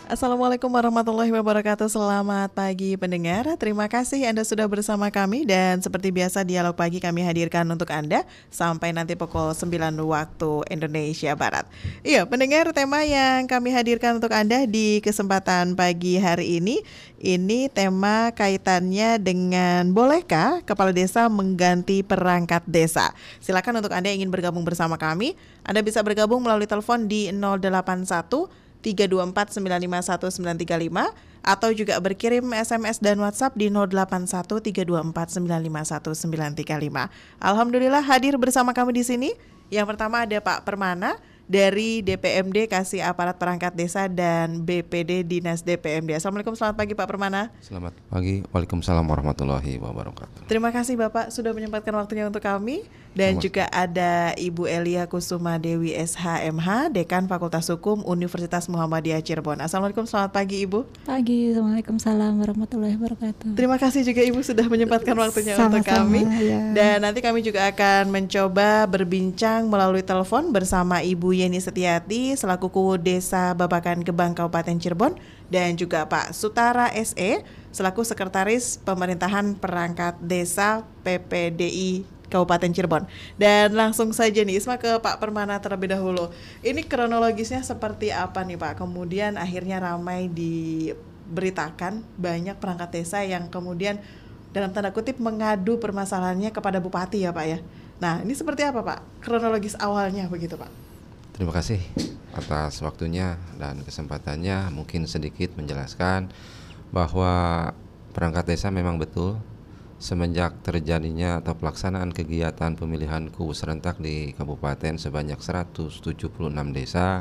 Assalamualaikum warahmatullahi wabarakatuh. Selamat pagi pendengar. Terima kasih Anda sudah bersama kami dan seperti biasa dialog pagi kami hadirkan untuk Anda sampai nanti pukul 9 waktu Indonesia Barat. Iya, pendengar, tema yang kami hadirkan untuk Anda di kesempatan pagi hari ini tema kaitannya dengan bolehkah kepala desa mengganti perangkat desa. Silakan untuk Anda yang ingin bergabung bersama kami, Anda bisa bergabung melalui telepon di 081 324 951 935 atau juga berkirim SMS dan WhatsApp di 081 324 951 935. Alhamdulillah hadir bersama kami di sini. Yang pertama ada Pak Permana dari DPMD Kasih Aparat Perangkat Desa dan BPD Dinas DPMD. Assalamualaikum, selamat pagi Pak Permana. Selamat pagi, Waalaikumsalam warahmatullahi wabarakatuh. Terima kasih Bapak sudah menyempatkan waktunya untuk kami. Dan juga ada Ibu Elia Kusuma Dewi SHMH, Dekan Fakultas Hukum Universitas Muhammadiyah Cirebon. Assalamualaikum, selamat pagi Ibu. Pagi, Waalaikumsalam warahmatullahi wabarakatuh. Terima kasih juga Ibu sudah menyempatkan waktunya untuk kami. Ya. Dan nanti kami juga akan mencoba berbincang melalui telepon bersama Ibu Yeni Setiati selaku Kuwu Desa Babakan Gebang Kabupaten Cirebon dan juga Pak Sutara SE selaku Sekretaris Pemerintahan Perangkat Desa PPDI Kabupaten Cirebon. Dan langsung saja nih Isma ke Pak Permana terlebih dahulu. Ini kronologisnya seperti apa nih Pak? Kemudian akhirnya ramai diberitakan banyak perangkat desa yang kemudian dalam tanda kutip mengadu permasalahannya kepada Bupati ya Pak ya. Nah ini seperti apa Pak? Kronologis awalnya begitu Pak. Terima kasih atas waktunya dan kesempatannya. Mungkin sedikit menjelaskan bahwa perangkat desa memang betul semenjak terjadinya atau pelaksanaan kegiatan pemilihan kuwu serentak di kabupaten sebanyak 176 desa,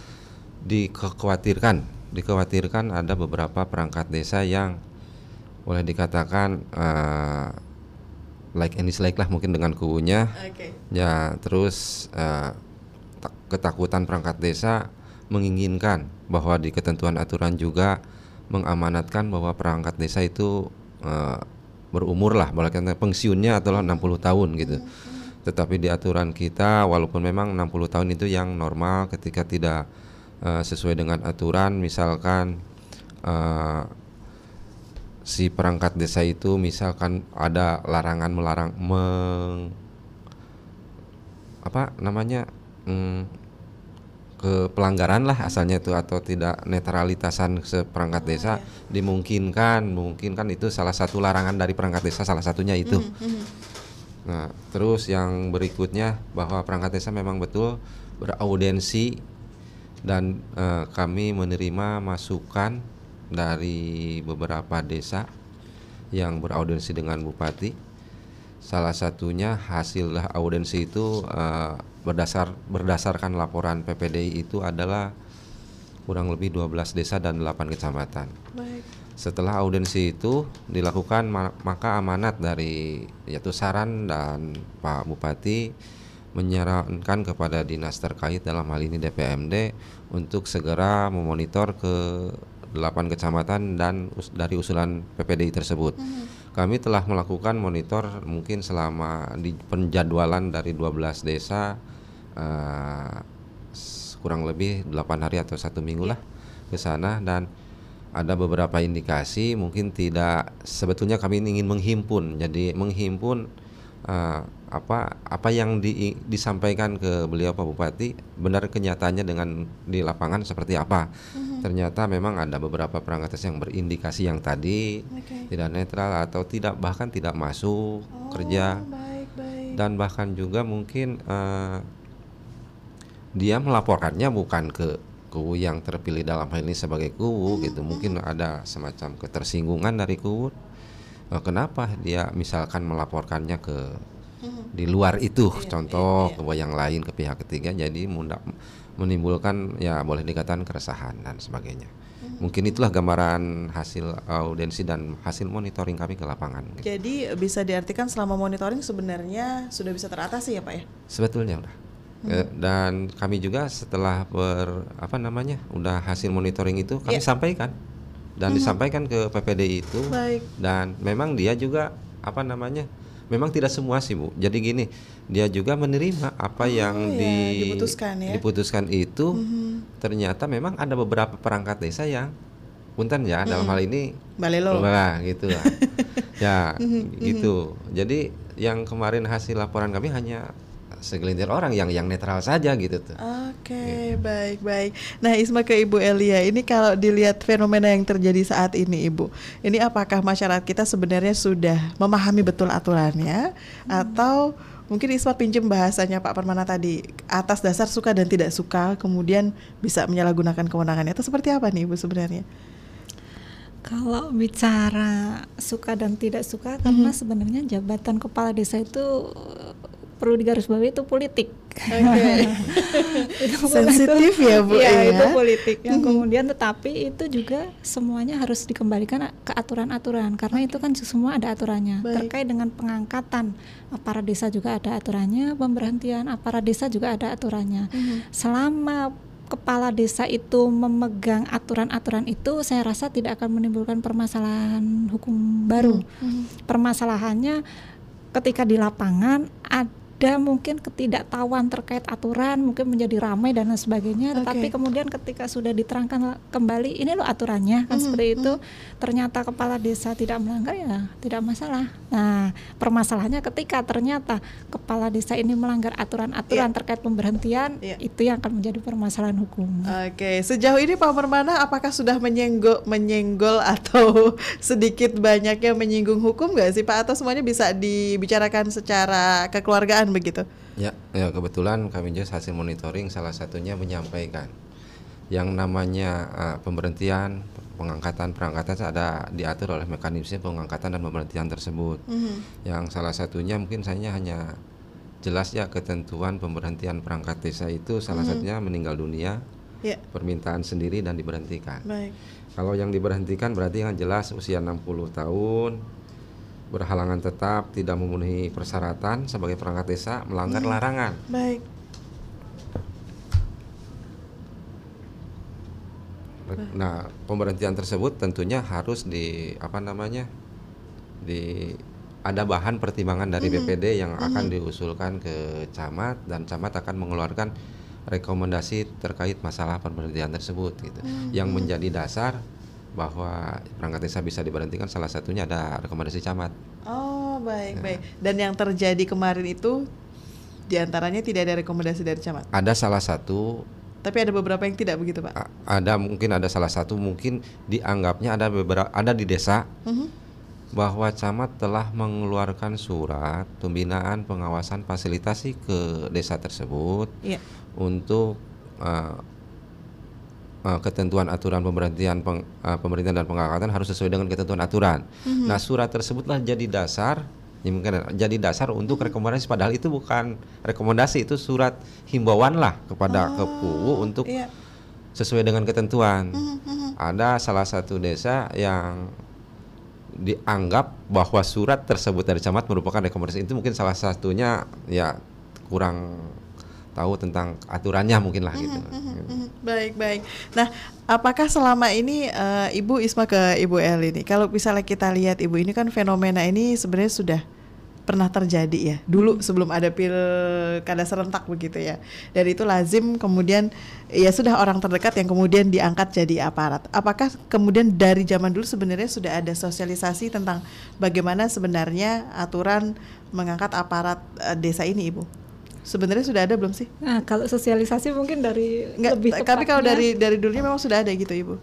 dikhawatirkan ada beberapa perangkat desa yang boleh dikatakan like and dislike lah mungkin dengan kuwunya. Ya, terus ketakutan perangkat desa menginginkan bahwa di ketentuan aturan juga mengamanatkan bahwa perangkat desa itu berumur lah, boleh kata pensiunnya adalah 60 tahun gitu. Tetapi di aturan kita walaupun memang 60 tahun itu yang normal ketika tidak sesuai dengan aturan, misalkan si perangkat desa itu misalkan ada larangan melarang ke pelanggaran lah asalnya itu atau tidak netralitasan seperangkat desa dimungkinkan itu salah satu larangan dari perangkat desa, salah satunya itu. Nah, terus yang berikutnya bahwa perangkat desa memang betul beraudensi dan kami menerima masukan dari beberapa desa yang beraudensi dengan Bupati. Salah satunya hasil audensi itu berdasarkan laporan PPDI itu adalah kurang lebih 12 desa dan 8 kecamatan. Baik. Setelah audensi itu dilakukan maka amanat dari yaitu saran dan Pak Bupati menyarankan kepada dinas terkait dalam hal ini DPMD untuk segera memonitor ke 8 kecamatan dan dari usulan PPDI tersebut. Kami telah melakukan monitor mungkin selama di penjadwalan dari 12 desa kurang lebih 8 hari atau 1 minggu lah ke sana, dan ada beberapa indikasi mungkin tidak, sebetulnya kami ingin menghimpun, jadi menghimpun apa yang disampaikan ke beliau Pak Bupati benar kenyataannya dengan di lapangan seperti apa. Ternyata memang ada beberapa perangkat desa yang berindikasi yang tadi tidak netral atau bahkan tidak masuk kerja. Dan bahkan juga mungkin dia melaporkannya bukan ke kuwu yang terpilih dalam hal ini sebagai kuwu gitu. Mungkin ada semacam ketersinggungan dari kuwu. Kenapa dia misalkan melaporkannya ke di luar itu, contoh ke yang lain, ke pihak ketiga, jadi menimbulkan ya boleh dikatakan keresahan dan sebagainya. Mungkin itulah gambaran hasil audensi dan hasil monitoring kami ke lapangan. Jadi bisa diartikan selama monitoring sebenarnya sudah bisa teratasi ya Pak ya? Sebetulnya udah. Dan kami juga setelah udah hasil monitoring itu kami sampaikan dan disampaikan ke PPDI itu. Baik. Dan memang dia juga memang tidak semua sih Bu. Jadi gini, dia juga menerima apa yang diputuskan itu ternyata memang ada beberapa perangkat desa yang punten ya dalam hal ini Balelo. Wah, gitu lah. Ya, gitu. Jadi yang kemarin hasil laporan kami hanya segelintir orang yang netral saja gitu tuh. Oke, baik. Nah, Isma ke Ibu Elia, ini kalau dilihat fenomena yang terjadi saat ini, Ibu, ini apakah masyarakat kita sebenarnya sudah memahami betul aturannya, atau mungkin Isma pinjam bahasanya Pak Permana tadi, atas dasar suka dan tidak suka, kemudian bisa menyalahgunakan kewenangannya, itu seperti apa nih Ibu sebenarnya? Kalau bicara suka dan tidak suka, karena sebenarnya jabatan kepala desa itu perlu digarisbawahi itu politik. Okay. Sensitif ya Bu ya. Itu politik. Yang kemudian tetapi itu juga semuanya harus dikembalikan ke aturan-aturan, karena itu kan semua ada aturannya. Terkait dengan pengangkatan aparat desa juga ada aturannya, pemberhentian aparat desa juga ada aturannya. Selama kepala desa itu memegang aturan-aturan itu, saya rasa tidak akan menimbulkan permasalahan hukum baru. Permasalahannya ketika di lapangan ada mungkin ketidaktahuan terkait aturan, mungkin menjadi ramai dan lain sebagainya. Tetapi kemudian ketika sudah diterangkan kembali, ini loh aturannya kan seperti itu, ternyata kepala desa tidak melanggar, ya tidak masalah. Nah, permasalahannya ketika ternyata kepala desa ini melanggar aturan-aturan terkait pemberhentian, itu yang akan menjadi permasalahan hukum. Oke, sejauh ini Pak Permana apakah sudah menyenggol atau sedikit banyaknya menyinggung hukum nggak sih Pak, atau semuanya bisa dibicarakan secara kekeluargaan begitu? Ya, kebetulan kami juga hasil monitoring salah satunya menyampaikan yang namanya pemberhentian, pengangkatan, perangkatan ada diatur oleh mekanisme pengangkatan dan pemberhentian tersebut. Yang salah satunya mungkin saya hanya jelas ya ketentuan pemberhentian perangkat desa itu salah satunya meninggal dunia, permintaan sendiri dan diberhentikan. Baik. Kalau yang diberhentikan berarti yang jelas usia 60 tahun, berhalangan tetap, tidak memenuhi persyaratan sebagai perangkat desa, melanggar larangan. Baik. Nah, pemberhentian tersebut tentunya harus ada bahan pertimbangan dari BPD yang akan diusulkan ke camat, dan camat akan mengeluarkan rekomendasi terkait masalah pemberhentian tersebut gitu. Yang menjadi dasar bahwa perangkat desa bisa diberhentikan salah satunya ada rekomendasi camat. Oh, baik. Dan yang terjadi kemarin itu diantaranya tidak ada rekomendasi dari camat? Ada salah satu. Tapi ada beberapa yang tidak begitu Pak? Mungkin ada salah satu, mungkin dianggapnya ada di desa bahwa camat telah mengeluarkan surat pembinaan pengawasan fasilitasi ke desa tersebut untuk ketentuan aturan pemberhentian dan pengangkatan harus sesuai dengan ketentuan aturan. Nah, surat tersebutlah jadi dasar, untuk rekomendasi, padahal itu bukan rekomendasi, itu surat himbauan lah kepada Kepuwu untuk sesuai dengan ketentuan. Ada salah satu desa yang dianggap bahwa surat tersebut dari camat merupakan rekomendasi, itu mungkin salah satunya ya kurang tahu tentang aturannya mungkin lah gitu. Baik. Nah, apakah selama ini Ibu Isma ke Ibu El ini, kalau misalnya kita lihat Ibu, ini kan fenomena ini sebenarnya sudah pernah terjadi ya dulu sebelum ada pilkada serentak begitu ya, dan itu lazim kemudian ya sudah orang terdekat yang kemudian diangkat jadi aparat. Apakah kemudian dari zaman dulu sebenarnya sudah ada sosialisasi tentang bagaimana sebenarnya aturan mengangkat aparat desa ini, Ibu? Sebenarnya sudah ada belum sih? Nah, kalau sosialisasi mungkin dari lebih tepatnya, tapi kalau dari dulunya memang sudah ada gitu, Ibu?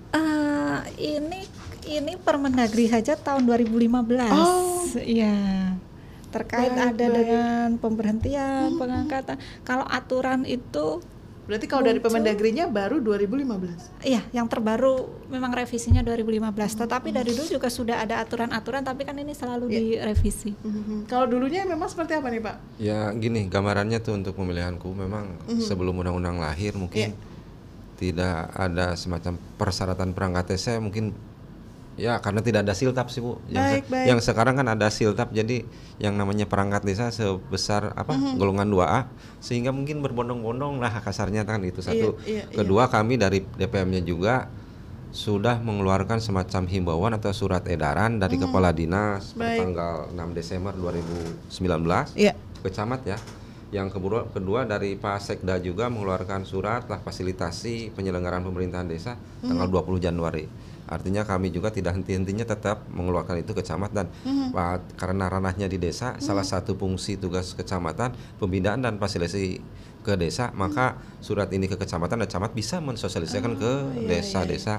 Ini Permendagri saja tahun 2015. Iya. Terkait dengan pemberhentian, pengangkatan. Kalau aturan itu berarti kalau dari Permendagrinya baru 2015? Iya, yang terbaru memang revisinya 2015. Tetapi dari dulu juga sudah ada aturan-aturan, tapi kan ini selalu direvisi. Kalau dulunya memang seperti apa nih Pak? Ya gini, gambarannya tuh untuk pemilihanku memang sebelum undang-undang lahir mungkin tidak ada semacam persyaratan perangkat desa, mungkin ya karena tidak ada siltap sih Bu. Yang sekarang kan ada siltap, jadi yang namanya perangkat desa sebesar golongan 2A, sehingga mungkin berbondong-bondong lah kasarnya kan itu satu. Kedua, kami dari DPM-nya juga sudah mengeluarkan semacam himbauan atau surat edaran dari Kepala Dinas pada tanggal 6 Desember 2019 ke camat ya, Yang kedua dari Pak Sekda juga mengeluarkan surat lah fasilitasi penyelenggaraan pemerintahan desa tanggal 20 Januari. Artinya kami juga tidak henti-hentinya tetap mengeluarkan itu ke camat dan karena ranahnya di desa, salah satu fungsi tugas kecamatan pembinaan dan fasilitasi ke desa, maka surat ini ke kecamatan dan camat bisa mensosialisasikan ke desa-desa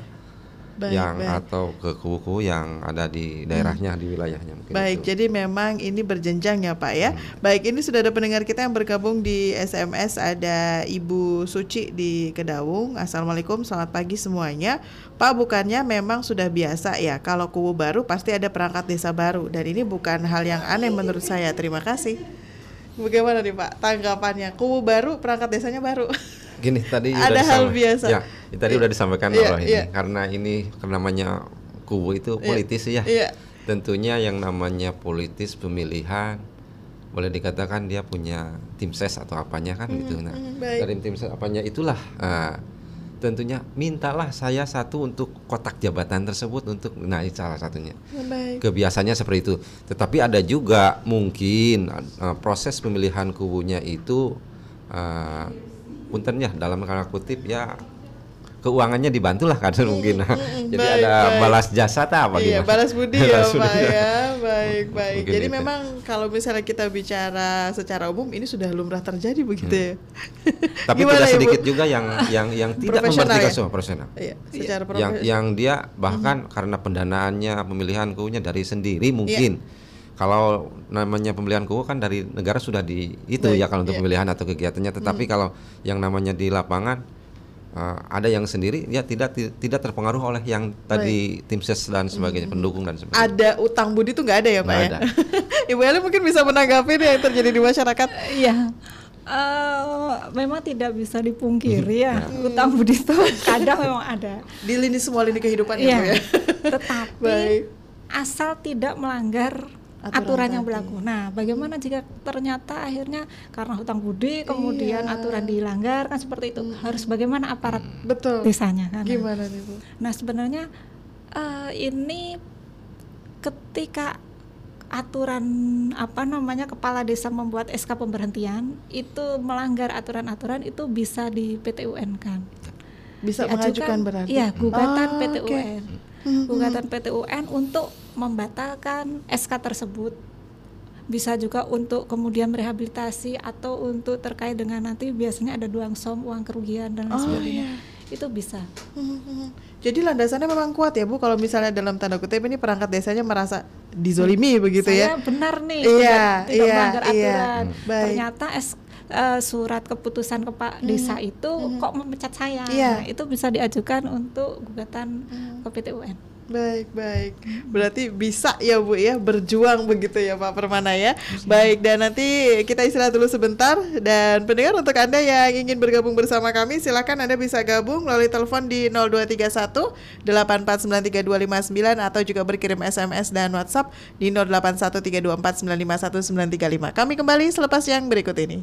atau ke kubu-kubu yang ada di daerahnya, di wilayahnya mungkin. Baik, itu. jadi memang ini berjenjang ya Pak ya. Baik, ini sudah ada pendengar kita yang bergabung di SMS, ada Ibu Suci di Kedaung. Assalamualaikum, selamat pagi semuanya. Pak, bukannya memang sudah biasa ya kalau kubu baru pasti ada perangkat desa baru, dan ini bukan hal yang aneh menurut saya. Terima kasih. Bagaimana nih Pak tanggapannya? Kubu baru, perangkat desanya baru. Gini, tadi ada hal biasa. Ya, tadi udah disampaikan ini karena ini namanya kubu itu politis ya. Tentunya yang namanya politis pemilihan boleh dikatakan dia punya tim ses atau apanya kan gitu. Nah, dari tim ses apanya itulah tentunya mintalah saya satu untuk kotak jabatan tersebut untuk itu salah satunya. Kebiasaannya seperti itu. Tetapi ada juga mungkin proses pemilihan kubunya itu puntennya dalam tanda kutip ya keuangannya dibantulah kadang mungkin. Jadi ada balas jasa apa gimana? Iya, balas budi ya Pak ya. Baik. Mungkin jadi itu. Memang kalau misalnya kita bicara secara umum ini sudah lumrah terjadi begitu ya. Tapi tidak sedikit juga yang tidak memperhatikan semua profesional. Iya, secara profesional. Yang dia bahkan karena pendanaannya pemilihan kubunya dari sendiri mungkin. Kalau namanya pemilihan kubu kan dari negara sudah ya kalau untuk pemilihan atau kegiatannya. Tetapi kalau yang namanya di lapangan ada yang sendiri ya tidak terpengaruh oleh yang tadi tim ses dan sebagainya, pendukung dan sebagainya. Ada utang budi itu nggak ada ya Pak ya? Ada. Ibu Eli mungkin bisa menanggapi yang terjadi di masyarakat. Iya. Memang tidak bisa dipungkiri ya, utang budi itu kadang memang ada di semua lini kehidupan ya. Ya. Tetapi asal tidak melanggar aturan yang berlaku. Nah, bagaimana jika ternyata akhirnya karena hutang budi kemudian aturan dilanggar kan seperti itu? Harus bagaimana aparat desanya kan? Gimana nih Bu? Nah, sebenarnya ini ketika aturan kepala desa membuat SK pemberhentian itu melanggar aturan-aturan itu bisa di PTUN kan? Bisa mengajukan berarti? Iya, gugatan PTUN. Gugatan PTUN untuk membatalkan SK tersebut. Bisa juga untuk kemudian merehabilitasi atau untuk terkait dengan nanti biasanya ada uang kerugian dan lain sebagainya. Itu bisa. Jadi landasannya memang kuat ya Bu, kalau misalnya dalam tanda kutip ini perangkat desanya merasa dizolimi begitu ya. Saya benar nih, tidak melanggar aturan. Ternyata surat keputusan kepala desa itu kok memecat saya. Nah, itu bisa diajukan untuk gugatan ke PTUN. Baik. Berarti bisa ya Bu ya berjuang begitu ya Pak Permana ya. Baik, dan nanti kita istirahat dulu sebentar. Dan pendengar, untuk Anda yang ingin bergabung bersama kami, silakan Anda bisa gabung melalui telepon di 0231 8493259 atau juga berkirim SMS dan WhatsApp di 081324951935. Kami kembali selepas yang berikut ini.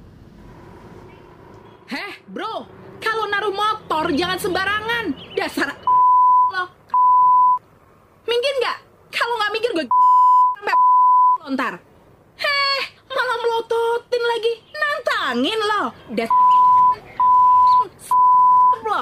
Bro, kalau naruh motor jangan sembarangan. Dasar lo. Minggir nggak? Kalau nggak minggir gue lontar. Malah melototin lagi, nantangin lo. Lo.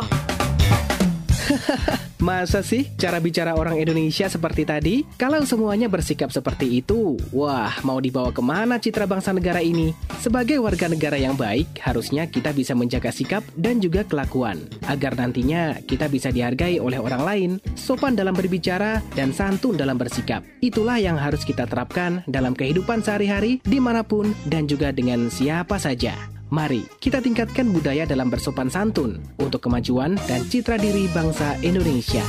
Masa sih cara bicara orang Indonesia seperti tadi? Kalau semuanya bersikap seperti itu, wah, mau dibawa kemana citra bangsa negara ini? Sebagai warga negara yang baik, harusnya kita bisa menjaga sikap dan juga kelakuan, agar nantinya kita bisa dihargai oleh orang lain, sopan dalam berbicara, dan santun dalam bersikap. Itulah yang harus kita terapkan dalam kehidupan sehari-hari, dimanapun, dan juga dengan siapa saja. Mari kita tingkatkan budaya dalam bersopan santun untuk kemajuan dan citra diri bangsa Indonesia.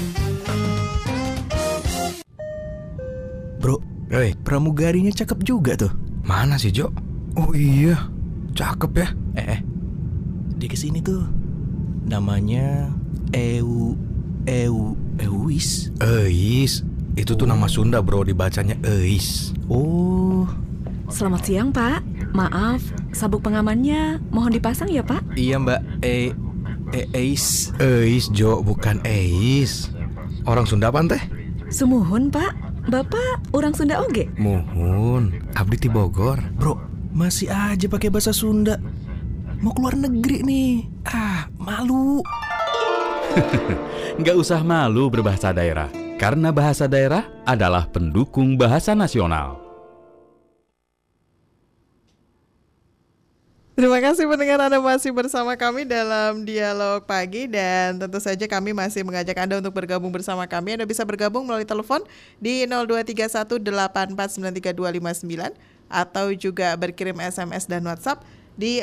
Bro, pramugarinya cakep juga tuh. Mana sih, Jo? Oh iya, cakep ya. Dia kesini tuh. Namanya Euis. Eis. Itu tuh nama Sunda, bro, dibacanya Eis. Oh. Selamat siang, Pak. Maaf, sabuk pengamannya mohon dipasang ya, Pak? Iya, Mbak. Eis. Eis, Jo, bukan Eis. Orang Sunda apa teh? Sumuhun, Pak. Bapak orang Sunda oge? Muhun, abdi ti Bogor. Bro, Masih aja pakai bahasa Sunda. Mau keluar negeri nih. Malu. Nggak usah malu berbahasa daerah, karena bahasa daerah adalah pendukung bahasa nasional. Terima kasih pendengar, Anda masih bersama kami dalam Dialog Pagi, dan tentu saja kami masih mengajak Anda untuk bergabung bersama kami. Anda bisa bergabung melalui telepon di 0231849329 atau juga berkirim SMS dan WhatsApp di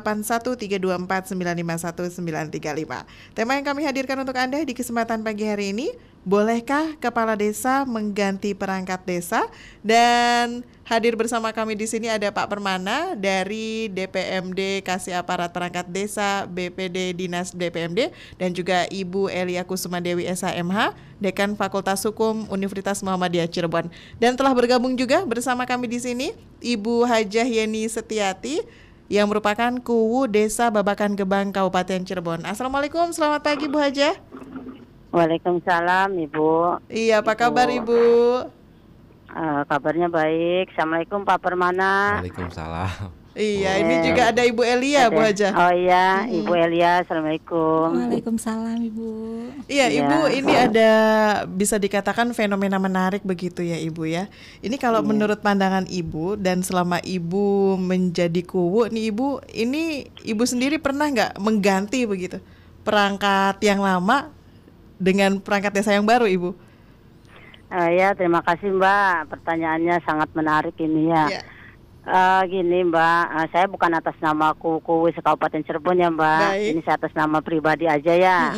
081324951935. Tema yang kami hadirkan untuk Anda di kesempatan pagi hari ini, bolehkah kepala desa mengganti perangkat desa? Dan hadir bersama kami di sini ada Pak Permana dari DPMD Kasih Aparat Perangkat Desa BPD Dinas DPMD, dan juga Ibu Elia Kusuma Dewi SHMH, Dekan Fakultas Hukum Universitas Muhammadiyah Cirebon. Dan telah bergabung juga bersama kami di sini Ibu Hajah Yeni Setiati yang merupakan Kuwu Desa Babakan Gebang Kabupaten Cirebon. Assalamualaikum, selamat pagi Bu Hajah. Waalaikumsalam Ibu. Iya, apa kabar Ibu? Kabarnya baik. Assalamualaikum Pak Permana. Waalaikumsalam. Iya, ini juga ada Ibu Elia, Bu Hajah. Oh iya, Ibu Elia, Assalamualaikum. Waalaikumsalam Ibu. Iya, Ibu, ini ada bisa dikatakan fenomena menarik begitu ya Ibu ya. Ini kalau menurut pandangan Ibu dan selama Ibu menjadi Kuwu nih Ibu, ini Ibu sendiri pernah nggak mengganti begitu perangkat yang lama dengan perangkat desa yang baru Ibu? Ya, terima kasih Mbak. Pertanyaannya sangat menarik ini ya. Ya. Gini Mbak, saya bukan atas nama Kuwu Kabupaten Cirebon ya Mbak. Baik. Ini saya atas nama pribadi aja ya.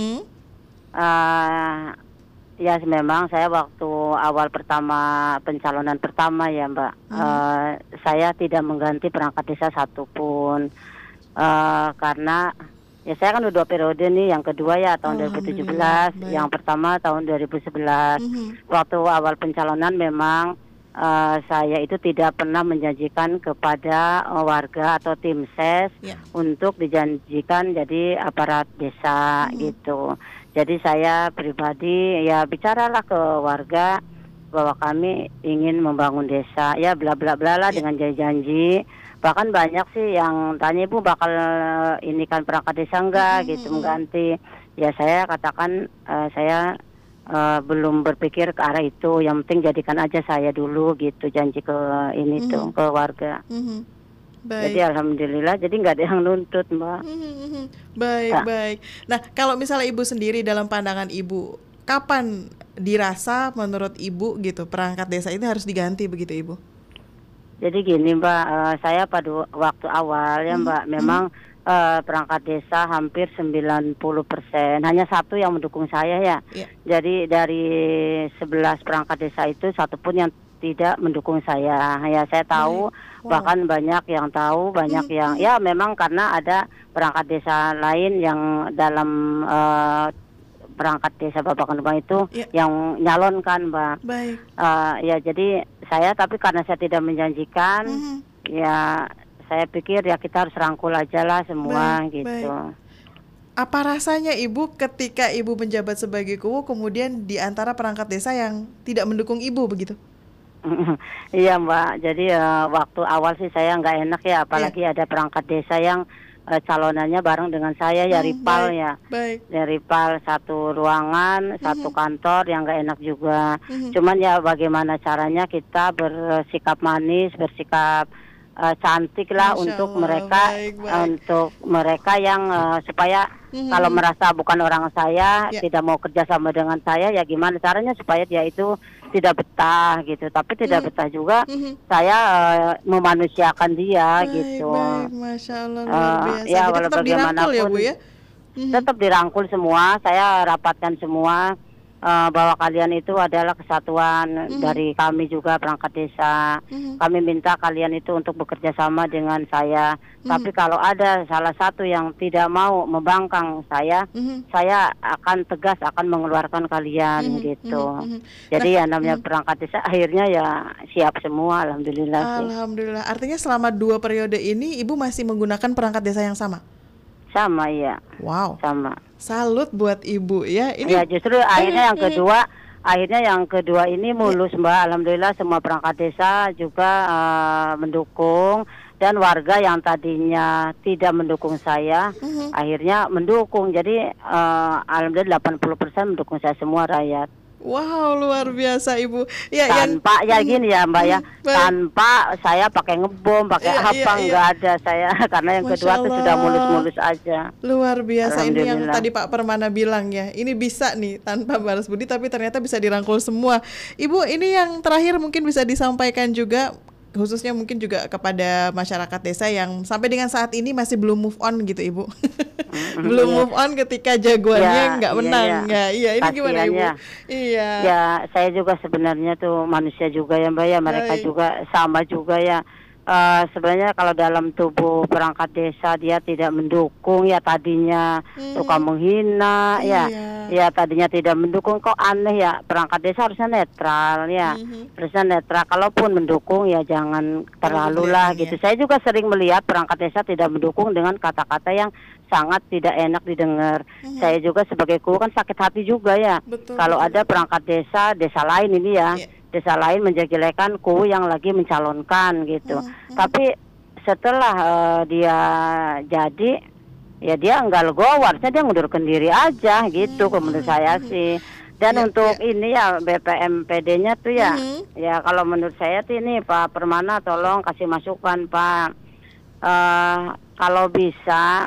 Ya memang saya waktu awal pencalonan pertama ya Mbak, saya tidak mengganti perangkat desa satupun, karena ya saya kan udah 2 periode nih, yang kedua ya tahun 2017, yang pertama tahun 2011. Waktu awal pencalonan memang saya itu tidak pernah menjanjikan kepada warga atau tim ses untuk dijanjikan jadi aparat desa gitu. Jadi saya pribadi ya bicaralah ke warga bahwa kami ingin membangun desa, ya bla bla bla lah dengan janji-janji. Bahkan banyak sih yang tanya, Ibu bakal ini kan perangkat desa enggak gitu mengganti. Ya saya katakan saya belum berpikir ke arah itu. Yang penting jadikan aja saya dulu gitu, janji ke ini tuh ke warga. Baik. Jadi alhamdulillah, jadi nggak ada yang nuntut Mbak. Baik. Nah kalau misalnya Ibu sendiri dalam pandangan Ibu, kapan dirasa menurut Ibu gitu perangkat desa ini harus diganti begitu Ibu? Jadi gini Mbak, saya pada waktu awal ya Mbak, memang perangkat desa hampir 90%, hanya satu yang mendukung saya ya. Jadi dari 11 perangkat desa itu satu pun yang tidak mendukung saya. Ya saya tahu, bahkan banyak yang tahu, banyak yang ya memang karena ada perangkat desa lain yang dalam perangkat desa Babakan Gebang itu yang nyalonkan Mbak. Ya jadi saya, tapi karena saya tidak menjanjikan, ya saya pikir ya kita harus rangkul aja lah semua gitu. Apa rasanya Ibu ketika Ibu menjabat sebagai Kuwu, kemudian di antara perangkat desa yang tidak mendukung Ibu begitu? Iya Mbak, jadi waktu awal sih saya nggak enak ya, apalagi ada perangkat desa yang calonannya bareng dengan saya ya, rival ya. Ya rival, satu ruangan, satu kantor, yang nggak enak juga. Cuman ya bagaimana caranya kita bersikap manis, bersikap cantik lah untuk mereka, untuk mereka yang supaya kalau merasa bukan orang saya, tidak mau kerja sama dengan saya, ya gimana caranya supaya dia itu tidak betah gitu. Tapi tidak betah juga, saya memanusiakan dia gitu. Masya Allah, luar biasa. Ya jadi walau tetap dirangkul ya Bu ya? Tetap dirangkul semua, saya rapatkan semua. Bahwa kalian itu adalah kesatuan dari kami juga perangkat desa. Kami minta kalian itu untuk bekerja sama dengan saya. Tapi kalau ada salah satu yang tidak mau membangkang saya akan tegas, akan mengeluarkan kalian gitu. Jadi ya namanya perangkat desa akhirnya ya siap semua, alhamdulillah. Alhamdulillah. Artinya selama 2 periode ini Ibu masih menggunakan perangkat desa yang sama? Sama ya. Wow. Sama. Salut buat Ibu ya. Ini ya justru akhirnya yang kedua ini mulus Mbak. Alhamdulillah semua perangkat desa juga mendukung, dan warga yang tadinya tidak mendukung saya akhirnya mendukung. Jadi alhamdulillah 80% mendukung saya semua rakyat. Wow, luar biasa Ibu. Ya, tanpa ya gini ya Mbak ya, tanpa saya pakai ngebom, pakai nggak ada saya karena yang Masya kedua tuh Allah. sudah mulus-mulus aja. Luar biasa, ini yang Alhamdulillah. tadi Pak Permana bilang ya, ini bisa nih tanpa balas budi tapi ternyata bisa dirangkul semua. Ibu, ini yang terakhir mungkin bisa disampaikan juga khususnya mungkin juga kepada masyarakat desa yang sampai dengan saat ini masih belum move on gitu Ibu. Belum move on ketika jagoannya nggak menang. Iya, ini gimana Ibu? Iya. Ya, saya juga sebenarnya tuh manusia juga ya Mbak ya, mereka juga sama juga ya. Sebenarnya kalau dalam tubuh perangkat desa dia tidak mendukung ya, tadinya suka menghina ya tadinya tidak mendukung, kok aneh ya, perangkat desa harusnya netral ya, harusnya netral, kalaupun mendukung ya jangan terlalu lah gitu. Saya juga sering melihat perangkat desa tidak mendukung dengan kata-kata yang sangat tidak enak didengar. Saya juga sebagai guru kan sakit hati juga ya. Kalau ada perangkat desa lain ini ya, desa lain menjelek-jelekan kubu yang lagi mencalonkan gitu. Tapi setelah dia jadi, ya dia enggak legowo, harusnya dia mundurkan diri aja gitu menurut saya sih. Dan untuk ini ya BPMPD-nya tuh ya, ya kalau menurut saya tuh ini Pak Permana tolong kasih masukan Pak. Kalau bisa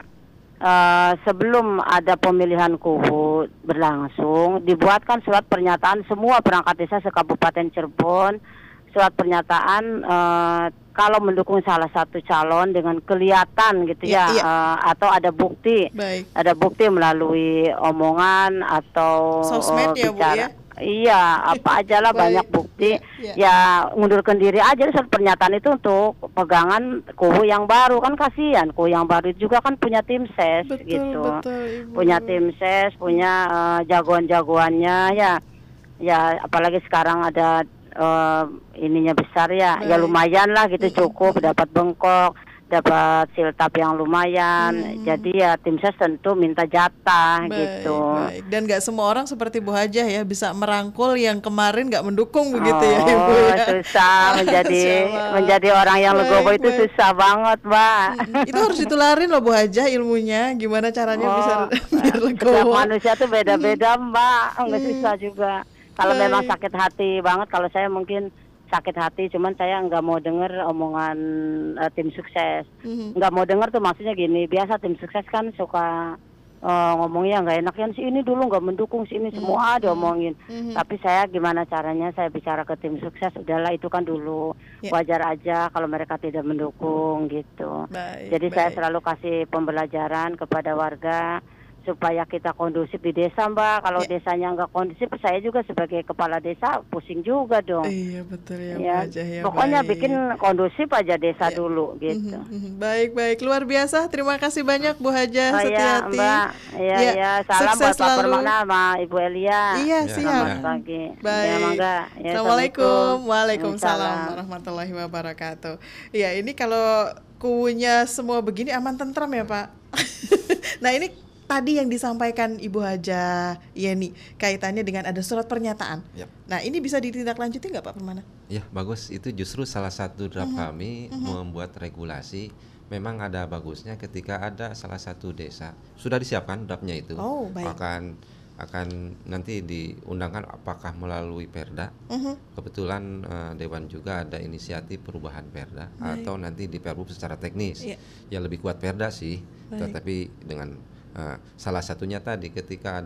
sebelum ada pemilihan kubu berlangsung, dibuatkan surat pernyataan semua perangkat desa se-Kabupaten Cirebon, surat pernyataan kalau mendukung salah satu calon dengan kelihatan gitu atau ada bukti, ada bukti melalui omongan atau sosmed ya Bu ya. Iya, apa aja lah banyak bukti. Ya ngundurkan diri aja surat pernyataan itu untuk pegangan kubu yang baru, kan kasihan kubu yang baru juga kan punya tim ses gitu. Punya tim ses, punya jagoan-jagoannya ya. Ya apalagi sekarang ada ininya besar ya. Ya lumayan lah gitu, cukup dapat bengkok, dapat siltap yang lumayan. Jadi ya tim ses tentu minta jatah gitu. Dan nggak semua orang seperti Bu Hajah ya bisa merangkul yang kemarin nggak mendukung begitu ya Ibu ya. Susah menjadi orang yang legowo itu susah banget Mbak. Itu harus ditularin loh Bu Hajah ilmunya, gimana caranya bisa biar legowo. Setiap manusia tuh beda-beda Mbak, nggak susah juga. Kalau memang sakit hati banget, kalau saya mungkin sakit hati, cuman saya nggak mau dengar omongan tim sukses. Nggak mau dengar tuh maksudnya gini, biasa tim sukses kan suka ngomongnya nggak enak, kan si ini dulu nggak mendukung, si ini semua diomongin. Tapi saya gimana caranya saya bicara ke tim sukses, udahlah itu kan dulu wajar aja kalau mereka tidak mendukung gitu. Jadi saya selalu kasih pembelajaran kepada warga supaya kita kondusif di desa Mbak. Kalau desanya nggak kondusif, saya juga sebagai kepala desa pusing juga dong. Iya betul ya Bu Hajah ya. Pokoknya bikin kondusif aja desa dulu gitu. Baik, luar biasa. Terima kasih banyak Bu Hajah Setiati. Mbak. Iya. Salam buat Pak Permana sama Ibu Elia. Iya siap. Selamat pagi. Baik. Ya, mangga. Ya, Assalamualaikum. Waalaikumsalam warahmatullahi wabarakatuh. Ya ini kalau kubunya semua begini aman tentram ya Pak. Nah ini tadi yang disampaikan Ibu Hajah Yeni kaitannya dengan ada surat pernyataan. Nah ini bisa ditindaklanjuti nggak Pak Permana? Ya bagus, itu justru salah satu draft kami membuat regulasi. Memang ada bagusnya ketika ada salah satu desa sudah disiapkan draftnya itu, akan nanti diundangkan apakah melalui Perda. Kebetulan Dewan juga ada inisiatif perubahan Perda atau nanti di Perbu secara teknis. Ya lebih kuat Perda sih, tetapi dengan salah satunya tadi ketika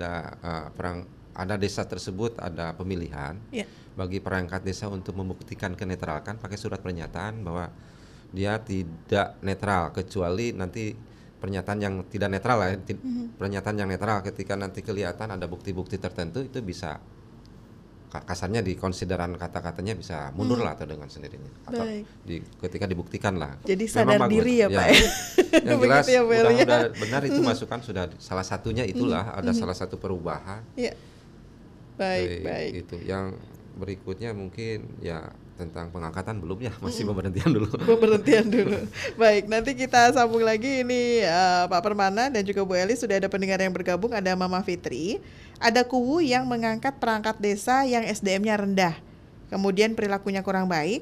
ada desa tersebut ada pemilihan bagi perangkat desa untuk membuktikan kenetralkan pakai surat pernyataan bahwa dia tidak netral, kecuali nanti pernyataan yang tidak netral lah, pernyataan yang netral ketika nanti kelihatan ada bukti-bukti tertentu itu bisa kasarnya di konsideran kata-katanya bisa mundur lah atau dengan sendirinya atau ketika dibuktikan lah. Jadi sadar diri ya Pak ya. Yang jelas udah benar itu masukan sudah salah satunya itulah ada salah satu perubahan. Baik. Itu yang berikutnya mungkin ya tentang pengangkatan belum ya, masih pemberhentian dulu. Baik, nanti kita sambung lagi ini Pak Permana dan juga Bu Eli, sudah ada pendengar yang bergabung, ada Mama Fitri. Ada kubu yang mengangkat perangkat desa yang SDM-nya rendah, kemudian perilakunya kurang baik,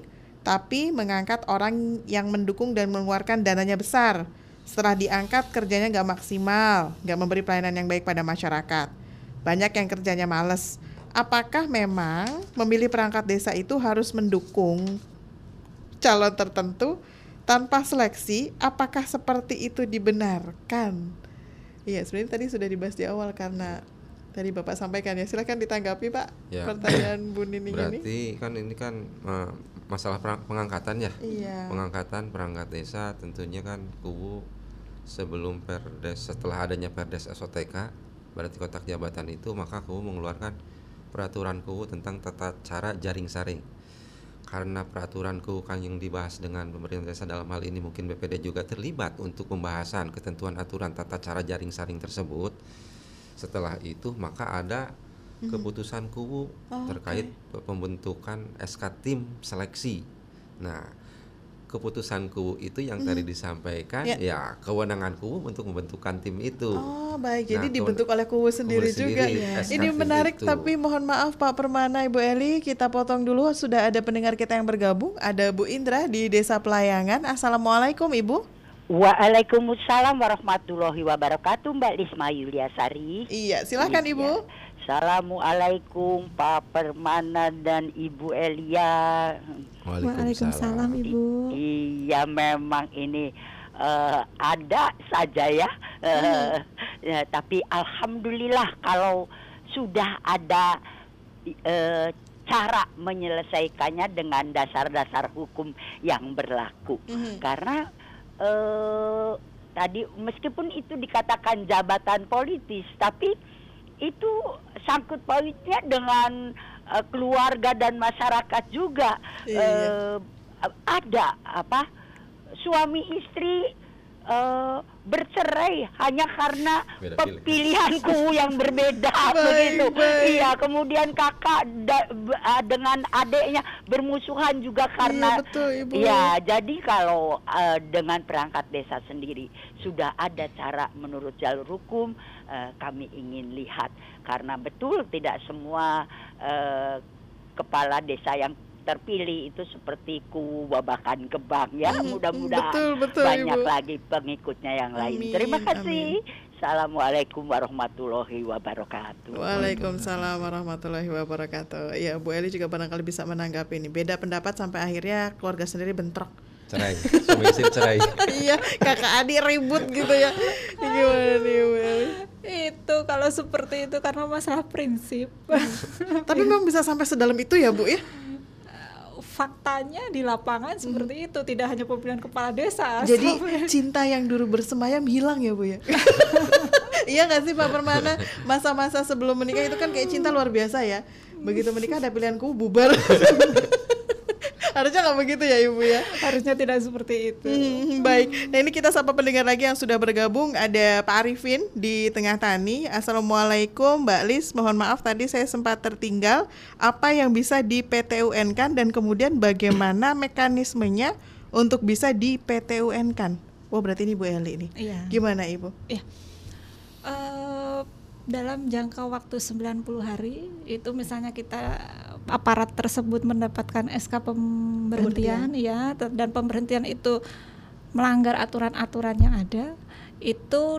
tapi mengangkat orang yang mendukung dan mengeluarkan dananya besar. Setelah diangkat kerjanya nggak maksimal, nggak memberi pelayanan yang baik pada masyarakat. Banyak yang kerjanya males. Apakah memang memilih perangkat desa itu harus mendukung calon tertentu tanpa seleksi? Apakah seperti itu dibenarkan? Iya, sebenarnya tadi sudah dibahas di awal karena tadi Bapak sampaikan ya. Silakan ditanggapi Pak Ya. pertanyaan Bu Nining ini. Berarti kan ini kan masalah pengangkatan ya. Iya. Pengangkatan perangkat desa tentunya kan kubu sebelum Perdes, setelah adanya Perdes SOTK, berarti kotak jabatan itu, maka kubu mengeluarkan peraturan kubu tentang tata cara jaring saring. Karena peraturan kubu kan yang dibahas dengan pemerintah desa, dalam hal ini mungkin BPD juga terlibat untuk pembahasan ketentuan aturan tata cara jaring saring tersebut. Setelah itu maka ada keputusan kubu terkait pembentukan SK tim seleksi. Nah, keputusan kubu itu yang tadi disampaikan ya kewenangan kubu untuk membentukkan tim itu. Oh baik, jadi dibentuk oleh kubu sendiri juga. Ini menarik itu. Tapi mohon maaf Pak Permana, Ibu Eli, kita potong dulu. Sudah ada pendengar kita yang bergabung. Ada Bu Indra di Desa Pelayangan. Assalamualaikum Ibu. Waalaikumsalam warahmatullahi wabarakatuh, Mbak Lisma Yuliasari. Iya, silakan Ibu. Assalamualaikum Pak Permana dan Ibu Elia. Waalaikumsalam Ibu. Iya, memang ini ada saja ya. Ya, tapi alhamdulillah kalau sudah ada cara menyelesaikannya dengan dasar-dasar hukum yang berlaku. Karena tadi meskipun itu dikatakan jabatan politis, tapi itu sangkut pautnya dengan keluarga dan masyarakat juga. Ada suami istri bercerai hanya karena pilihanku yang berbeda begitu. Iya, kemudian kakak dengan adiknya bermusuhan juga karena ya. Jadi kalau dengan perangkat desa sendiri sudah ada cara menurut jalur hukum, kami ingin lihat karena betul tidak semua kepala desa yang terpilih itu seperti babakan kebang ya. Mudah-mudahan banyak Ibu lagi pengikutnya yang lain. Terima kasih. Assalamualaikum warahmatullahi wabarakatuh. Waalaikumsalam warahmatullahi wabarakatuh. Ya, Bu Eli juga barangkali bisa menanggapi ini. Beda pendapat sampai akhirnya keluarga sendiri bentrok. Cerai, suami istri cerai. Iya, kakak adik ribut gitu ya. Gimana nih Bu Eli? Itu kalau seperti itu karena masalah prinsip. Tapi memang bisa sampai sedalam itu ya Bu ya? Faktanya di lapangan seperti itu, tidak hanya pemilihan kepala desa. Jadi cinta yang dulu bersemayam hilang ya Bu ya. Iya nggak sih Pak Permana, masa-masa sebelum menikah itu kan kayak cinta luar biasa ya. Begitu menikah ada pilihanku bubar. Harusnya nggak begitu ya Ibu ya? Harusnya tidak seperti itu. Baik, nah ini kita sapa pendengar lagi yang sudah bergabung. Ada Pak Arifin di Tengah Tani. Assalamualaikum Mbak Lis, mohon maaf tadi saya sempat tertinggal. Apa yang bisa di PTUN-kan dan kemudian bagaimana mekanismenya untuk bisa di PTUN-kan? Oh berarti ini Bu Eli ini. Iya. Gimana Ibu? Iya. Dalam jangka waktu 90 hari itu misalnya kita aparat tersebut mendapatkan SK pemberhentian ya, dan pemberhentian itu melanggar aturan-aturan yang ada, itu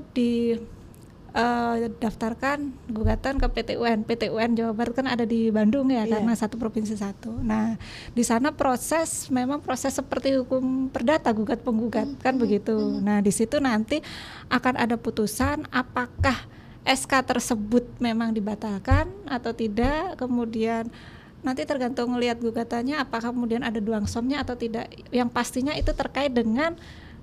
daftarkan gugatan ke PTUN. PTUN Jawa Barat kan ada di Bandung ya, karena satu provinsi satu. Nah, di sana memang proses seperti hukum perdata gugat penggugat kan begitu. Nah, di situ nanti akan ada putusan apakah SK tersebut memang dibatalkan atau tidak, kemudian nanti tergantung melihat gugatannya apakah kemudian ada duangsomnya atau tidak. Yang pastinya itu terkait dengan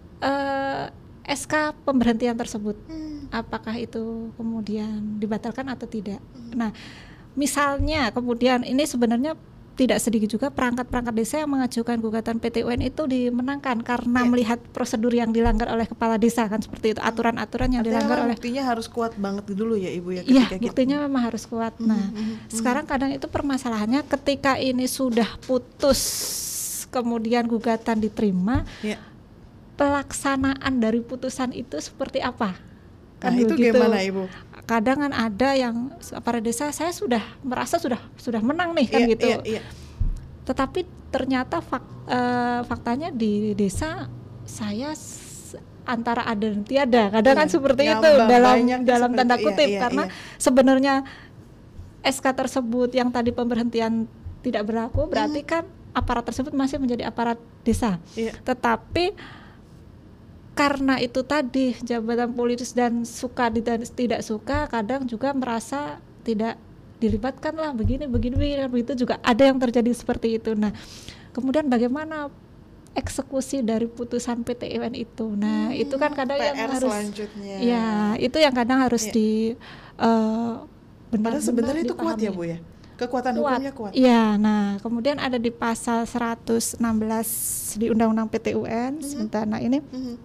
SK pemberhentian tersebut, apakah itu kemudian dibatalkan atau tidak. Nah, misalnya kemudian ini sebenarnya tidak sedikit juga perangkat-perangkat desa yang mengajukan gugatan PTUN itu dimenangkan karena melihat prosedur yang dilanggar oleh kepala desa kan seperti itu, aturan-aturan yang dilanggar oleh. Buktinya harus kuat banget dulu ya Ibu ya. Iya, buktinya memang harus kuat. Nah, sekarang kadang itu permasalahannya ketika ini sudah putus kemudian gugatan diterima, pelaksanaan dari putusan itu seperti apa? Kan itu begitu. Gimana Ibu? Kadang kan ada yang para desa saya sudah merasa sudah menang nih kan gitu. Tetapi ternyata faktanya di desa saya antara ada dan tiada. Kadang kan seperti itu dalam tanda kutip, karena sebenarnya SK tersebut yang tadi pemberhentian tidak berlaku, berarti kan aparat tersebut masih menjadi aparat desa. Tetapi karena itu tadi jabatan politis dan suka dan tidak suka, kadang juga merasa tidak dilibatkan lah begini begitu juga ada yang terjadi seperti itu. Nah, kemudian bagaimana eksekusi dari putusan PT UN itu? Nah, itu kan kadang yang harus selanjutnya. Ya, itu yang kadang harus di benar-benar sebenarnya itu kuat ya, Bu ya. Kekuatan hukumnya kuat. Iya, nah kemudian ada di pasal 116 di Undang-Undang PT UN. Sebentar, nah ini.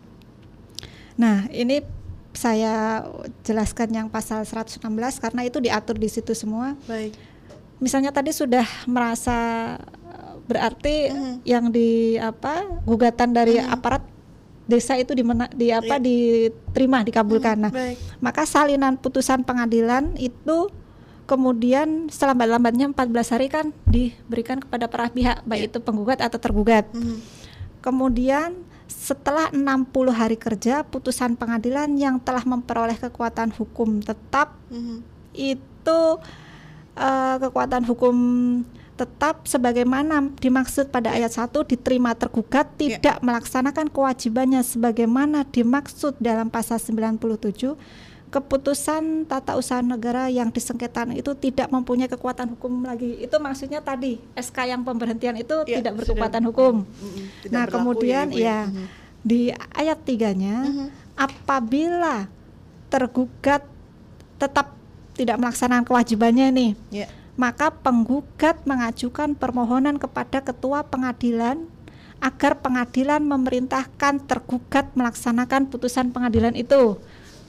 Nah, ini saya jelaskan yang pasal 116 karena itu diatur di situ semua. Baik. Misalnya tadi sudah merasa berarti yang gugatan dari aparat desa itu diterima, dikabulkan. Nah, maka salinan putusan pengadilan itu kemudian selambat-lambatnya 14 hari kan diberikan kepada para pihak, baik itu penggugat atau tergugat. Kemudian setelah 60 hari kerja, putusan pengadilan yang telah memperoleh kekuatan hukum tetap itu kekuatan hukum tetap sebagaimana dimaksud pada ayat 1 diterima tergugat tidak melaksanakan kewajibannya sebagaimana dimaksud dalam pasal 97. Keputusan tata usaha negara yang disengketakan itu tidak mempunyai kekuatan hukum lagi. Itu maksudnya tadi SK yang pemberhentian itu tidak berkekuatan hukum. Nah, kemudian di ayat 3-nya apabila tergugat tetap tidak melaksanakan kewajibannya nih, maka penggugat mengajukan permohonan kepada ketua pengadilan agar pengadilan memerintahkan tergugat melaksanakan putusan pengadilan itu.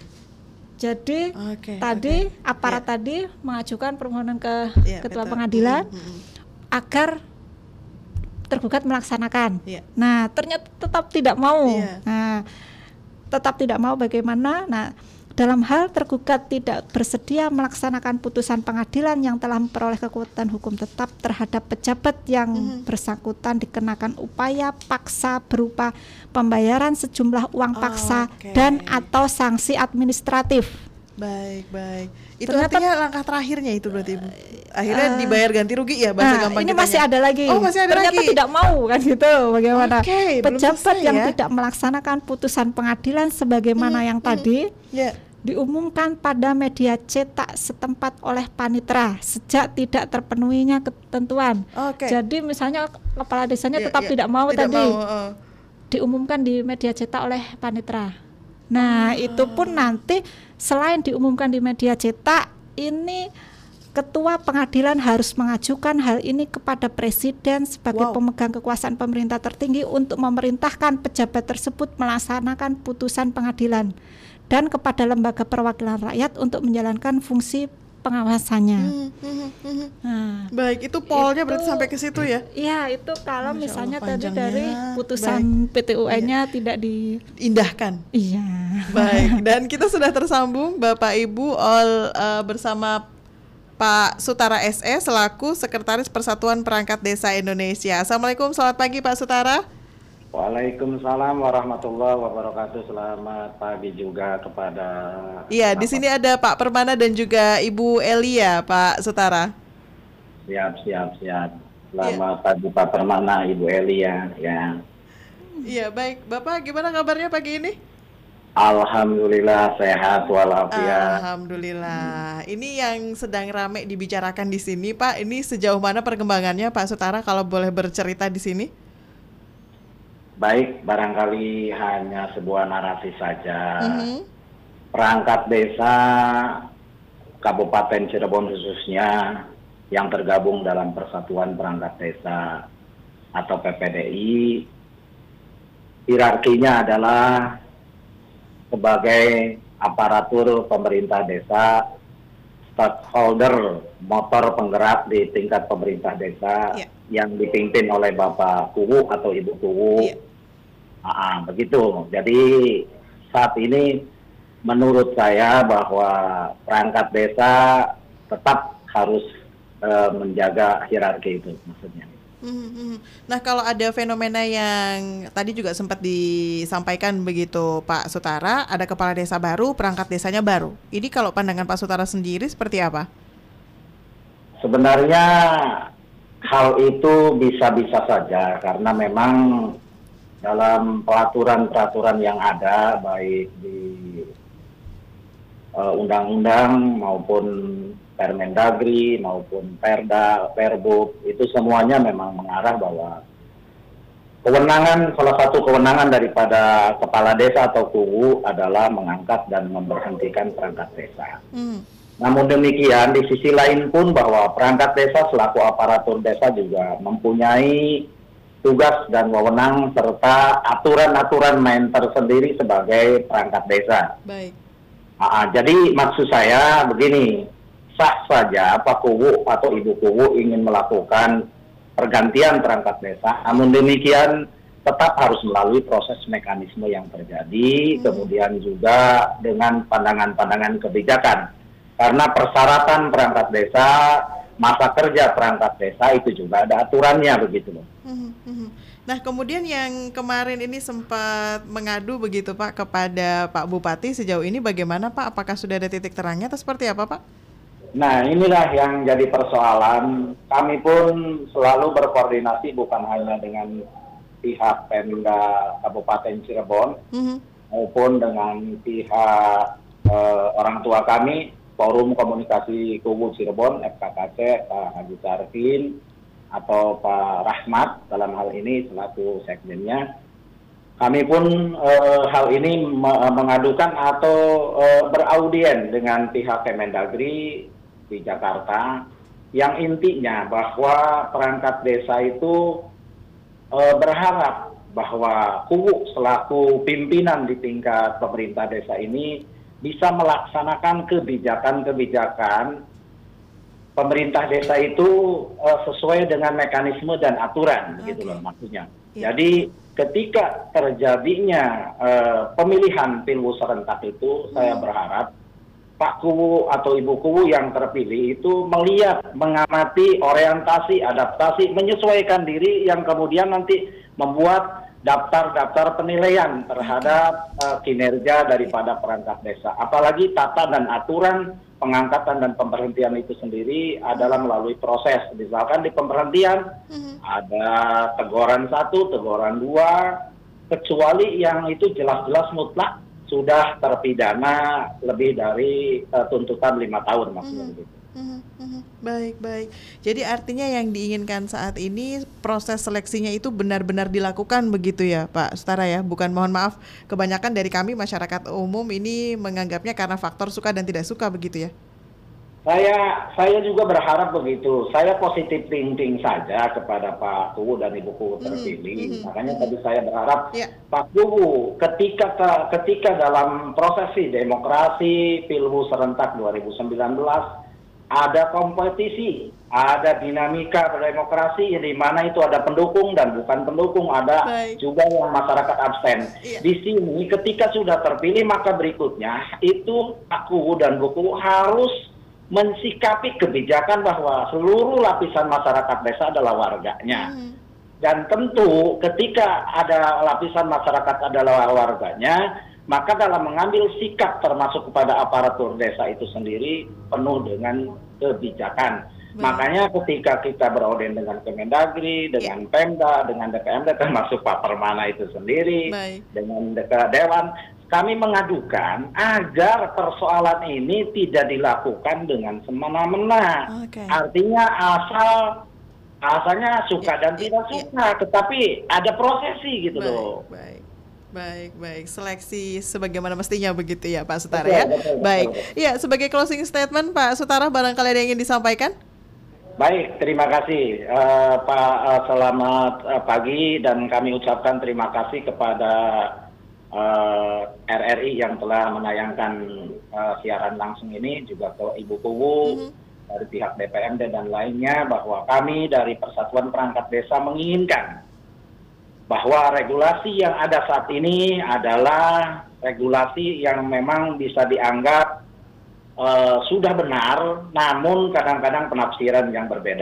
Jadi aparat tadi mengajukan permohonan ke ketua pengadilan agar tergugat melaksanakan. Nah, ternyata tetap tidak mau. Nah, tetap tidak mau bagaimana? Nah, dalam hal tergugat tidak bersedia melaksanakan putusan pengadilan yang telah memperoleh kekuatan hukum tetap terhadap pejabat yang bersangkutan dikenakan upaya paksa berupa pembayaran sejumlah uang paksa dan atau sanksi administratif. Baik. Itu artinya langkah terakhirnya itu berarti akhirnya dibayar ganti rugi ya bahasa gampang ini masih ada lagi. Ternyata tidak mau kan gitu. Bagaimana pejabat yang tidak melaksanakan putusan pengadilan sebagaimana yang tadi diumumkan pada media cetak setempat oleh panitera sejak tidak terpenuhinya ketentuan. Jadi misalnya kepala desanya tetap tidak mau diumumkan di media cetak oleh panitera. Nah, itu pun nanti selain diumumkan di media cetak, ini ketua pengadilan harus mengajukan hal ini kepada presiden sebagai pemegang kekuasaan pemerintah tertinggi untuk memerintahkan pejabat tersebut melaksanakan putusan pengadilan dan kepada lembaga perwakilan rakyat untuk menjalankan fungsi pengawasannya. Baik, itu polnya berarti sampai ke situ ya? Iya, itu kalau misalnya tadi dari putusan PT UN-nya tidak diindahkan. Iya. Baik, dan kita sudah tersambung Bapak Ibu bersama Pak Sutara SE selaku Sekretaris Persatuan Perangkat Desa Indonesia. Assalamualaikum, selamat pagi Pak Sutara. Waalaikumsalam warahmatullahi wabarakatuh. Selamat pagi juga kepada. Iya, di sini ada Pak Permana dan juga Ibu Elia, Pak Sutara. Siap. Selamat pagi Pak Permana, Ibu Elia. Iya, baik. Bapak gimana kabarnya pagi ini? Alhamdulillah sehat walafiat. Alhamdulillah. Ini yang sedang ramai dibicarakan di sini, Pak. Ini sejauh mana perkembangannya, Pak Sutara? Kalau boleh bercerita di sini. Baik, barangkali hanya sebuah narasi saja. Perangkat desa Kabupaten Cirebon khususnya yang tergabung dalam Persatuan Perangkat Desa atau PPDI, hierarkinya adalah sebagai aparatur pemerintah desa, stakeholder, motor penggerak di tingkat pemerintah desa yang dipimpin oleh Bapak Kuwu atau Ibu Kuwu. Begitu. Jadi saat ini menurut saya bahwa perangkat desa tetap harus menjaga hierarki itu maksudnya. Nah, kalau ada fenomena yang tadi juga sempat disampaikan begitu Pak Sutara, ada kepala desa baru, perangkat desanya baru. Ini kalau pandangan Pak Sutara sendiri seperti apa? Sebenarnya hal itu bisa-bisa saja karena memang dalam peraturan-peraturan yang ada baik di undang-undang maupun Permendagri maupun Perda, Perbuk, itu semuanya memang mengarah bahwa kewenangan, salah satu kewenangan daripada kepala desa atau kuwu adalah mengangkat dan memberhentikan perangkat desa. Namun demikian, di sisi lain pun bahwa perangkat desa selaku aparatur desa juga mempunyai tugas dan wewenang serta aturan-aturan main tersendiri sebagai perangkat desa. Baik. Jadi maksud saya begini, sah saja Pak Kuwu atau Ibu Kuwu ingin melakukan pergantian perangkat desa, namun demikian tetap harus melalui proses mekanisme yang terjadi, kemudian juga dengan pandangan-pandangan kebijakan. Karena persyaratan perangkat desa, masa kerja perangkat desa itu juga ada aturannya begitu loh. Nah, kemudian yang kemarin ini sempat mengadu begitu Pak kepada Pak Bupati, sejauh ini bagaimana Pak? Apakah sudah ada titik terangnya atau seperti apa Pak? Nah, inilah yang jadi persoalan. Kami pun selalu berkoordinasi bukan hanya dengan pihak Pemda Kabupaten Cirebon maupun dengan pihak orang tua kami, Forum Komunikasi Kuwu Cirebon, FKKC, Pak Haji Sarfin atau Pak Rahmat dalam hal ini selaku sekjennya. Kami pun hal ini mengadukan atau beraudien dengan pihak Kemendagri di Jakarta, yang intinya bahwa perangkat desa itu berharap bahwa kuwu selaku pimpinan di tingkat pemerintah desa ini bisa melaksanakan kebijakan-kebijakan pemerintah desa itu sesuai dengan mekanisme dan aturan, gitu loh maksudnya. Jadi ketika terjadinya pemilihan pilwus serentak itu, saya berharap Pak Kuwu atau Ibu Kuwu yang terpilih itu melihat, mengamati, orientasi, adaptasi, menyesuaikan diri yang kemudian nanti membuat daftar-daftar penilaian terhadap kinerja daripada perangkat desa. Apalagi tata dan aturan pengangkatan dan pemberhentian itu sendiri adalah melalui proses. Misalkan di pemberhentian ada teguran 1, teguran 2, kecuali yang itu jelas-jelas mutlak sudah terpidana lebih dari tuntutan 5 tahun maksudnya begitu. Baik. Jadi artinya yang diinginkan saat ini proses seleksinya itu benar-benar dilakukan begitu ya Pak Sutara ya? Bukan, mohon maaf, kebanyakan dari kami masyarakat umum ini menganggapnya karena faktor suka dan tidak suka begitu ya? Saya juga berharap begitu. Saya positif thinking saja kepada Pak Kuwu dan Ibu Kuwu terpilih. Makanya tadi saya berharap Pak Kuwu ketika dalam prosesi demokrasi Pilwus serentak 2019 ada kompetisi, ada dinamika berdemokrasi di mana itu ada pendukung dan bukan pendukung, ada juga yang masyarakat absen. Di sini ketika sudah terpilih maka berikutnya itu Pak Kuwu dan Bu Kuwu harus mensikapi kebijakan bahwa seluruh lapisan masyarakat desa adalah warganya. Dan tentu ketika ada lapisan masyarakat adalah warganya, maka dalam mengambil sikap termasuk kepada aparatur desa itu sendiri penuh dengan kebijakan. Makanya ketika kita beraudien dengan Kemendagri, dengan Pemda, dengan DPMD, termasuk Pak Permana itu sendiri, dengan Dewan, kami mengadukan agar persoalan ini tidak dilakukan dengan semena-mena. Artinya asalnya suka dan tidak suka, tetapi ada prosesi gitu loh. Baik. Seleksi sebagaimana mestinya begitu ya Pak Sutara ya. Baik. Ya, sebagai closing statement Pak Sutara, barangkali ada yang ingin disampaikan? Baik, terima kasih Pak. Selamat pagi dan kami ucapkan terima kasih kepada RRI yang telah menayangkan siaran langsung ini, juga ke Ibu Kuwu dari pihak DPMD dan lainnya, bahwa kami dari Persatuan Perangkat Desa menginginkan bahwa regulasi yang ada saat ini adalah regulasi yang memang bisa dianggap sudah benar, namun kadang-kadang penafsiran yang berbeda.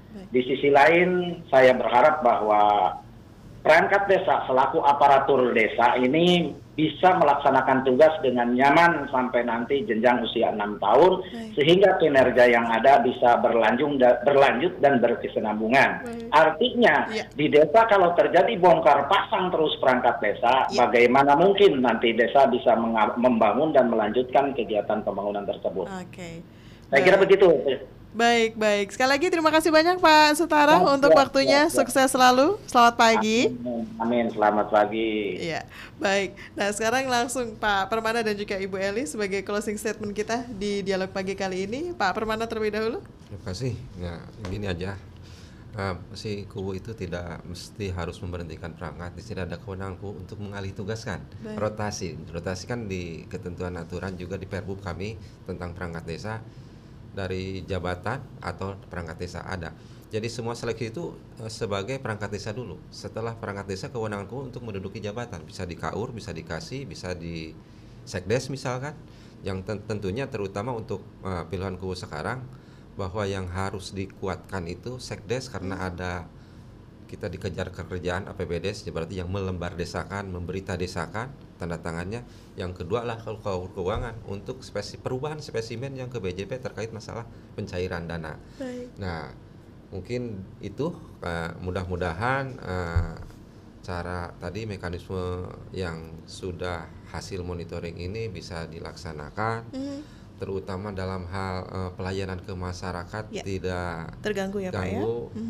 Di sisi lain, saya berharap bahwa perangkat desa selaku aparatur desa ini bisa melaksanakan tugas dengan nyaman sampai nanti jenjang usia 6 tahun, sehingga kinerja yang ada bisa berlanjut dan berkesinambungan. Artinya, di desa kalau terjadi bongkar pasang terus perangkat desa, bagaimana mungkin nanti desa bisa membangun dan melanjutkan kegiatan pembangunan tersebut. Saya kira begitu. Baik. Sekali lagi terima kasih banyak Pak Sutara untuk waktunya. Sukses selalu. Selamat pagi. Amin. Selamat pagi. Iya, baik. Nah, sekarang langsung Pak Permana dan juga Ibu Eli sebagai closing statement kita di dialog pagi kali ini. Pak Permana terlebih dahulu. Terima kasih. Nah, begini aja. Si KUU itu tidak mesti harus memberhentikan perangkat. Di sini ada kewenangan KUU untuk mengalih tugaskan. Rotasi kan di ketentuan aturan juga di Perbub kami tentang perangkat desa. Dari jabatan atau perangkat desa ada. Jadi semua seleksi itu sebagai perangkat desa dulu. Setelah perangkat desa kewenanganku untuk menduduki jabatan. Bisa di KAUR, bisa di KASI, bisa di Sekdes misalkan. Yang tentunya terutama untuk pilihan KUU sekarang bahwa yang harus dikuatkan itu Sekdes karena ada kita dikejar kerjaan APBDes berarti yang melembar desakan, memberita desakan, tanda tangannya. Yang kedua lah kalau keuangan untuk perubahan spesimen yang ke BJP terkait masalah pencairan dana. Nah, mungkin itu mudah-mudahan cara tadi mekanisme yang sudah hasil monitoring ini bisa dilaksanakan. Terutama dalam hal pelayanan ke masyarakat tidak terganggu ya Pak ya.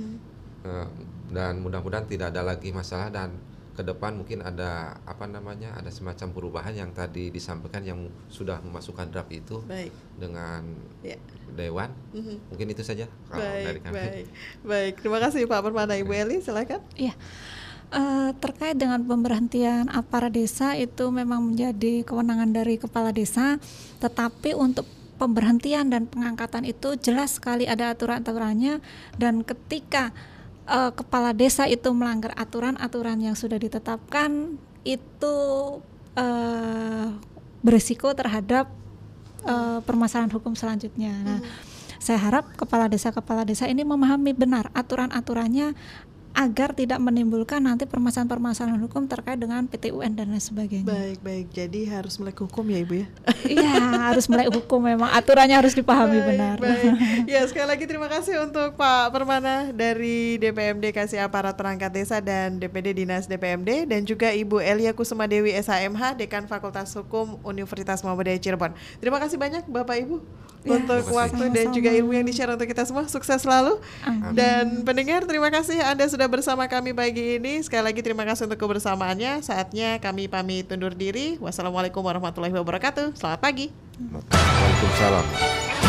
Dan mudah-mudahan tidak ada lagi masalah dan ke depan mungkin ada ada semacam perubahan yang tadi disampaikan yang sudah memasukkan draft itu dengan Dewan. Mungkin itu saja kalau dari kami. Baik. Terima kasih Pak Permana. Ibu Eli silakan. Iya. Terkait dengan pemberhentian aparat desa itu memang menjadi kewenangan dari kepala desa, tetapi untuk pemberhentian dan pengangkatan itu jelas sekali ada aturan-aturannya, dan ketika kepala desa itu melanggar aturan-aturan yang sudah ditetapkan itu berisiko terhadap permasalahan hukum selanjutnya. Nah, saya harap kepala desa ini memahami benar aturan-aturannya agar tidak menimbulkan nanti permasalahan-permasalahan hukum terkait dengan PT-UN dan lain sebagainya. Baik. Jadi harus melek hukum ya Ibu ya? Iya, harus melek hukum, memang aturannya harus dipahami benar. Ya, sekali lagi terima kasih untuk Pak Permana dari DPMD Kasih Aparat Perangkat Desa dan DPD Dinas DPMD, dan juga Ibu Elia Kusuma Dewi SHMH, Dekan Fakultas Hukum Universitas Muhammadiyah Cirebon. Terima kasih banyak Bapak Ibu untuk waktu dan juga ilmu yang di-share untuk kita semua. Sukses selalu. Dan pendengar, terima kasih Anda sudah bersama kami pagi ini. Sekali lagi terima kasih untuk kebersamaannya. Saatnya kami pamit undur diri. Wassalamualaikum warahmatullahi wabarakatuh. Selamat pagi. Waalaikumsalam.